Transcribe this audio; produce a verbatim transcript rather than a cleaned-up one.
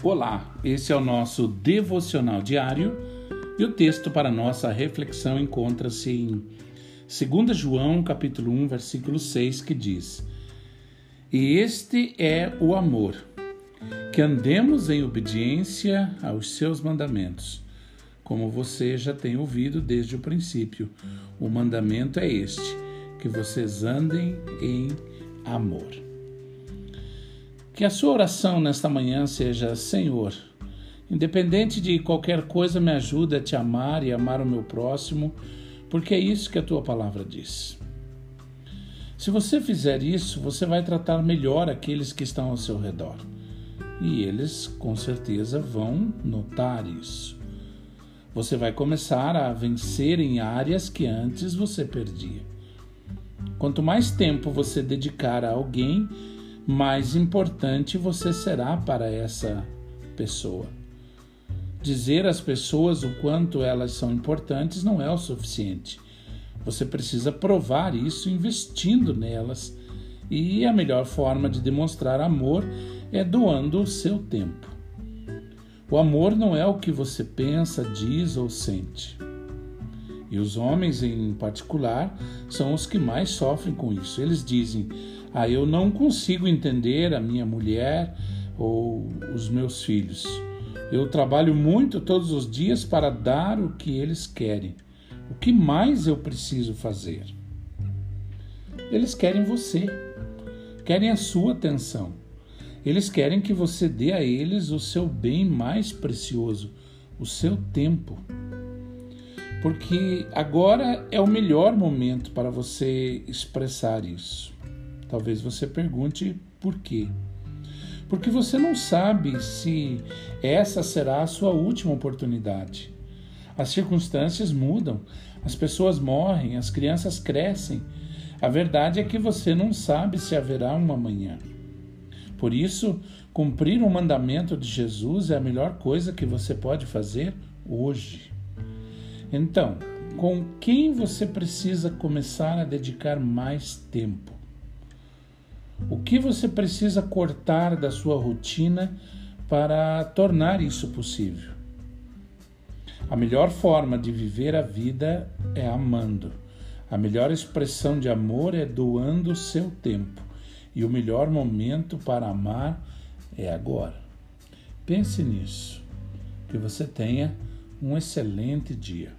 Olá, esse é o nosso devocional diário e o texto para nossa reflexão encontra-se em dois João, capítulo um, versículo seis, que diz: E este é o amor, que andemos em obediência aos seus mandamentos. Como você já tem ouvido desde o princípio, o mandamento é este, que vocês andem em amor. Que a sua oração nesta manhã seja: Senhor, independente de qualquer coisa, me ajuda a te amar e amar o meu próximo, porque é isso que a tua palavra diz. Se você fizer isso, você vai tratar melhor aqueles que estão ao seu redor. E eles, com certeza, vão notar isso. Você vai começar a vencer em áreas que antes você perdia. Quanto mais tempo você dedicar a alguém, mais importante você será para essa pessoa. Dizer às pessoas o quanto elas são importantes não é o suficiente. Você precisa provar isso investindo nelas, e a melhor forma de demonstrar amor é doando o seu tempo. O amor não é o que você pensa, diz ou sente. E os homens, em particular, são os que mais sofrem com isso. Eles dizem: ah, eu não consigo entender a minha mulher ou os meus filhos. Eu trabalho muito todos os dias para dar o que eles querem. O que mais eu preciso fazer? Eles querem você, querem a sua atenção. Eles querem que você dê a eles o seu bem mais precioso, o seu tempo. Porque agora é o melhor momento para você expressar isso. Talvez você pergunte por quê. Porque você não sabe se essa será a sua última oportunidade. As circunstâncias mudam, as pessoas morrem, as crianças crescem. A verdade é que você não sabe se haverá um amanhã. Por isso, cumprir o mandamento de Jesus é a melhor coisa que você pode fazer hoje. Então, com quem você precisa começar a dedicar mais tempo? O que você precisa cortar da sua rotina para tornar isso possível? A melhor forma de viver a vida é amando. A melhor expressão de amor é doando o seu tempo. E o melhor momento para amar é agora. Pense nisso. Que você tenha um excelente dia.